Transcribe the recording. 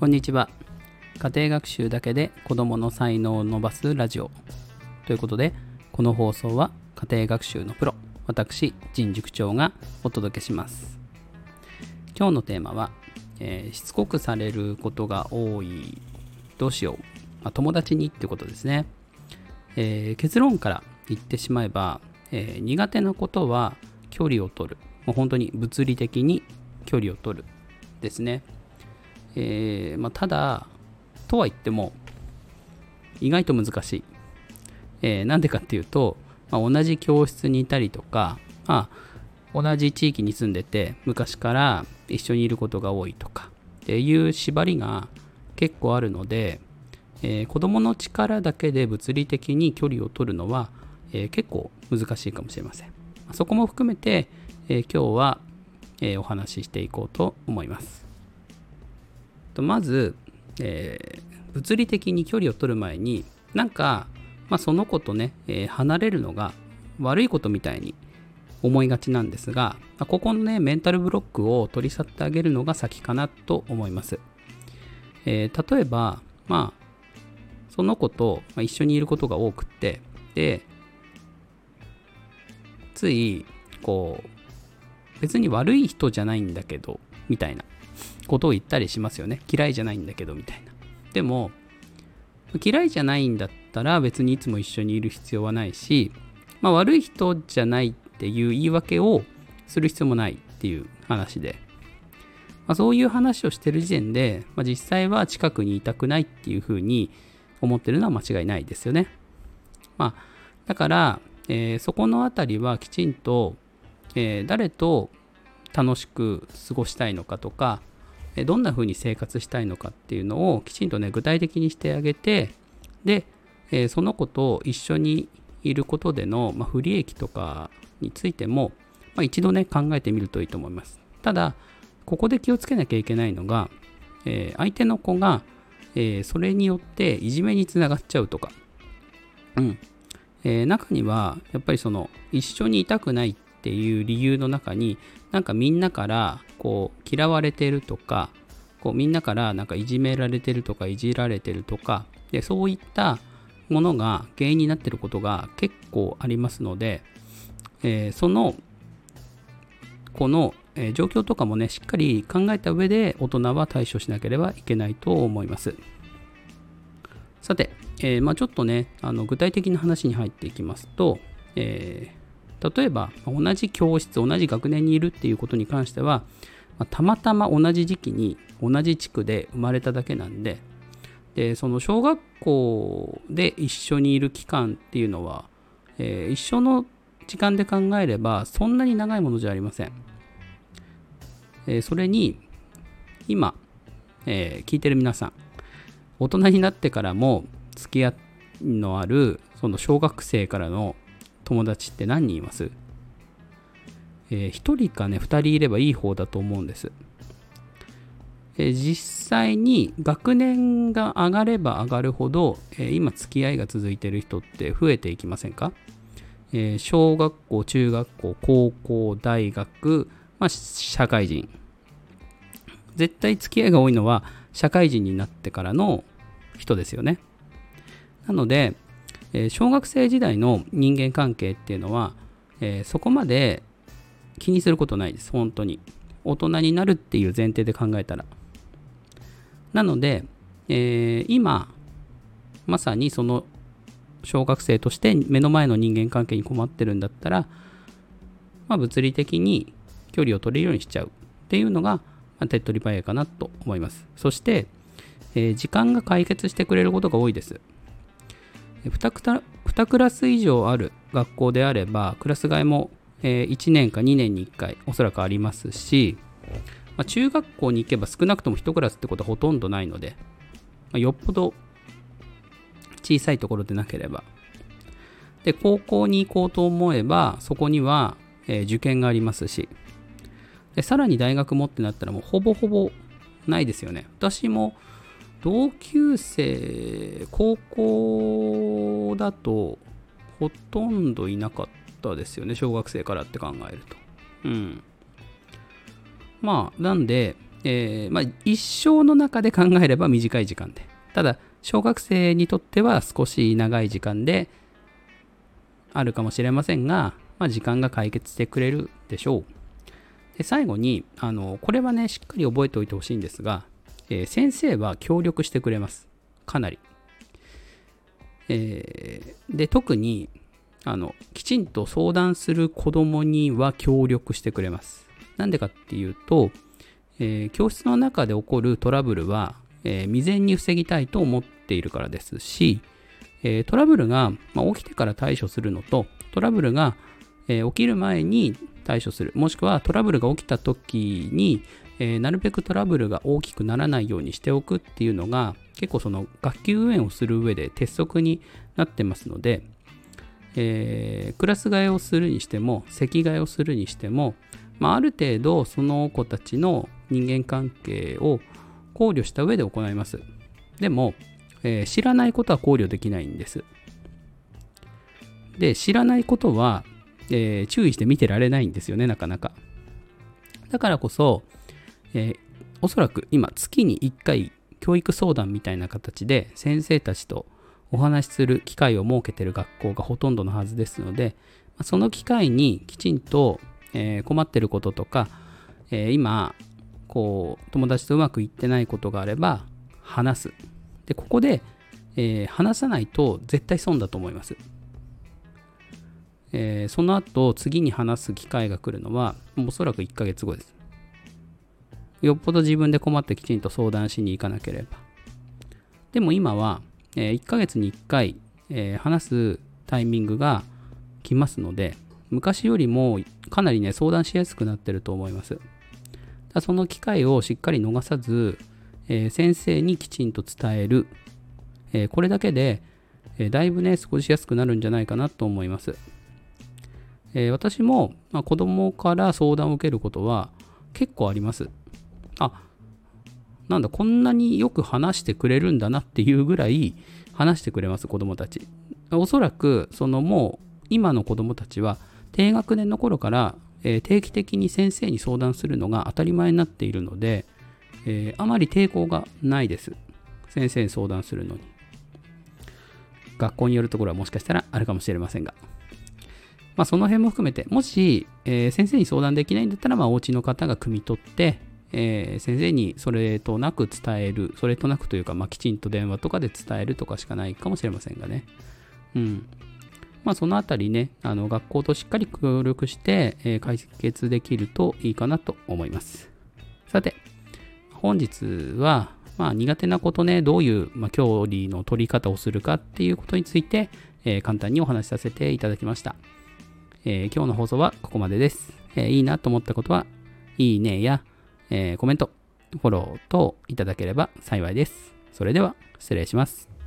こんにちは。家庭学習だけで子どもの才能を伸ばすラジオということで、この放送は家庭学習のプロ、私陳塾長がお届けします。今日のテーマは、しつこくされることが多い、どうしよう、友達にってことですね。結論から言ってしまえば、苦手なことは距離を取る、もう本当に物理的に距離を取るですね。ただとは言っても意外と難しい。なんでかっていうと、同じ教室にいたりとか、同じ地域に住んでて昔から一緒にいることが多いとかっていう縛りが結構あるので、子どもの力だけで物理的に距離を取るのは、結構難しいかもしれません。そこも含めて、今日は、お話ししていこうと思います。まず、物理的に距離を取る前にその子とね、離れるのが悪いことみたいに思いがちなんですが、ここのねメンタルブロックを取り去ってあげるのが先かなと思います。例えばその子と一緒にいることが多くってでつい別に悪い人じゃないんだけどみたいなことを言ったりしますよね。嫌いじゃないんだけどみたいな。でも嫌いじゃないんだったら別にいつも一緒にいる必要はないし、悪い人じゃないっていう言い訳をする必要もないっていう話で、そういう話をしてる時点で、実際は近くにいたくないっていうふうに思ってるのは間違いないですよね。だから、そこのあたりはきちんと、誰と楽しく過ごしたいのかとか、どんな風に生活したいのかっていうのをきちんとね具体的にしてあげて、で、その子と一緒にいることでの、不利益とかについても、一度ね考えてみるといいと思います。ただここで気をつけなきゃいけないのが、相手の子が、それによっていじめにつながっちゃうとか、中にはやっぱり一緒にいたくないっていう理由の中にみんなから嫌われてるとかみんなからいじめられてるとかいじられてるとかで、そういったものが原因になっていることが結構ありますので、この状況とかもねしっかり考えた上で大人は対処しなければいけないと思います。さて、ちょっとね具体的な話に入っていきますと、例えば同じ教室同じ学年にいるっていうことに関しては、たまたま同じ時期に同じ地区で生まれただけなんで、その小学校で一緒にいる期間っていうのは、一緒の時間で考えればそんなに長いものじゃありません。それに今、聞いてる皆さん、大人になってからも付き合いのあるその小学生からの友達って何人います？1人かね2人いればいい方だと思うんです。実際に学年が上がれば上がるほど、今付き合いが続いている人って増えていきませんか？小学校、中学校、高校、大学、社会人、絶対付き合いが多いのは社会人になってからの人ですよね。なので小学生時代の人間関係っていうのは、そこまで気にすることないです。本当に大人になるっていう前提で考えたら。なので、今まさにその小学生として目の前の人間関係に困ってるんだったら、物理的に距離を取れるようにしちゃうっていうのが、手っ取り早いかなと思います。そして、時間が解決してくれることが多いです。2クラス以上ある学校であればクラス替えも1年か2年に1回おそらくありますし、中学校に行けば少なくとも1クラスってことはほとんどないので、よっぽど小さいところでなければ。で、高校に行こうと思えばそこには、受験がありますし、でさらに大学もってなったらもうほぼほぼないですよね。私も同級生高校だとほとんどいなかったですよね、小学生からって考えると。なんで一生の中で考えれば短い時間で、ただ小学生にとっては少し長い時間であるかもしれませんが、時間が解決してくれるでしょう。で最後にこれはねしっかり覚えておいてほしいんですが、先生は協力してくれます。かなり。で特にきちんと相談する子どもには協力してくれます。なんでかっていうと、教室の中で起こるトラブルは、未然に防ぎたいと思っているからですし、トラブルが、起きてから対処するのと、トラブルが、起きる前に対処する、もしくはトラブルが起きた時に、なるべくトラブルが大きくならないようにしておくっていうのが結構その学級運営をする上で鉄則になってますので、クラス替えをするにしても席替えをするにしても、ある程度その子たちの人間関係を考慮した上で行います。でも、知らないことは考慮できないんです。で、知らないことは、注意して見てられないんですよね、なかなか。だからこそ、おそらく今月に1回教育相談みたいな形で先生たちとお話しする機会を設けている学校がほとんどのはずですので、その機会にきちんと、困ってることとか、今友達とうまくいってないことがあれば話す。でここで、話さないと絶対損だと思います。その後次に話す機会が来るのはおそらく1ヶ月後です。よっぽど自分で困ってきちんと相談しに行かなければ。でも今は、1ヶ月に1回、話すタイミングが来ますので、昔よりもかなりね相談しやすくなってると思います。その機会をしっかり逃さず、先生にきちんと伝える、これだけで、だいぶね過ごしやすくなるんじゃないかなと思います。私も、子供から相談を受けることは結構あります。なんだこんなによく話してくれるんだなっていうぐらい話してくれます、子供たち。おそらくもう今の子供たちは低学年の頃から、定期的に先生に相談するのが当たり前になっているので、あまり抵抗がないです、先生に相談するのに。学校によるところはもしかしたらあるかもしれませんが、その辺も含めて、もし、先生に相談できないんだったら、お家の方が汲み取って、先生にそれとなく伝える、それとなくというか、きちんと電話とかで伝えるとかしかないかもしれませんがね。そのあたりね、学校としっかり協力して、解決できるといいかなと思います。さて、本日は、苦手なことね、どういう、距離の取り方をするかっていうことについて、簡単にお話しさせていただきました。今日の放送はここまでです。いいなと思ったことは、いいねや、コメント、フォロー等いただければ幸いです。それでは失礼します。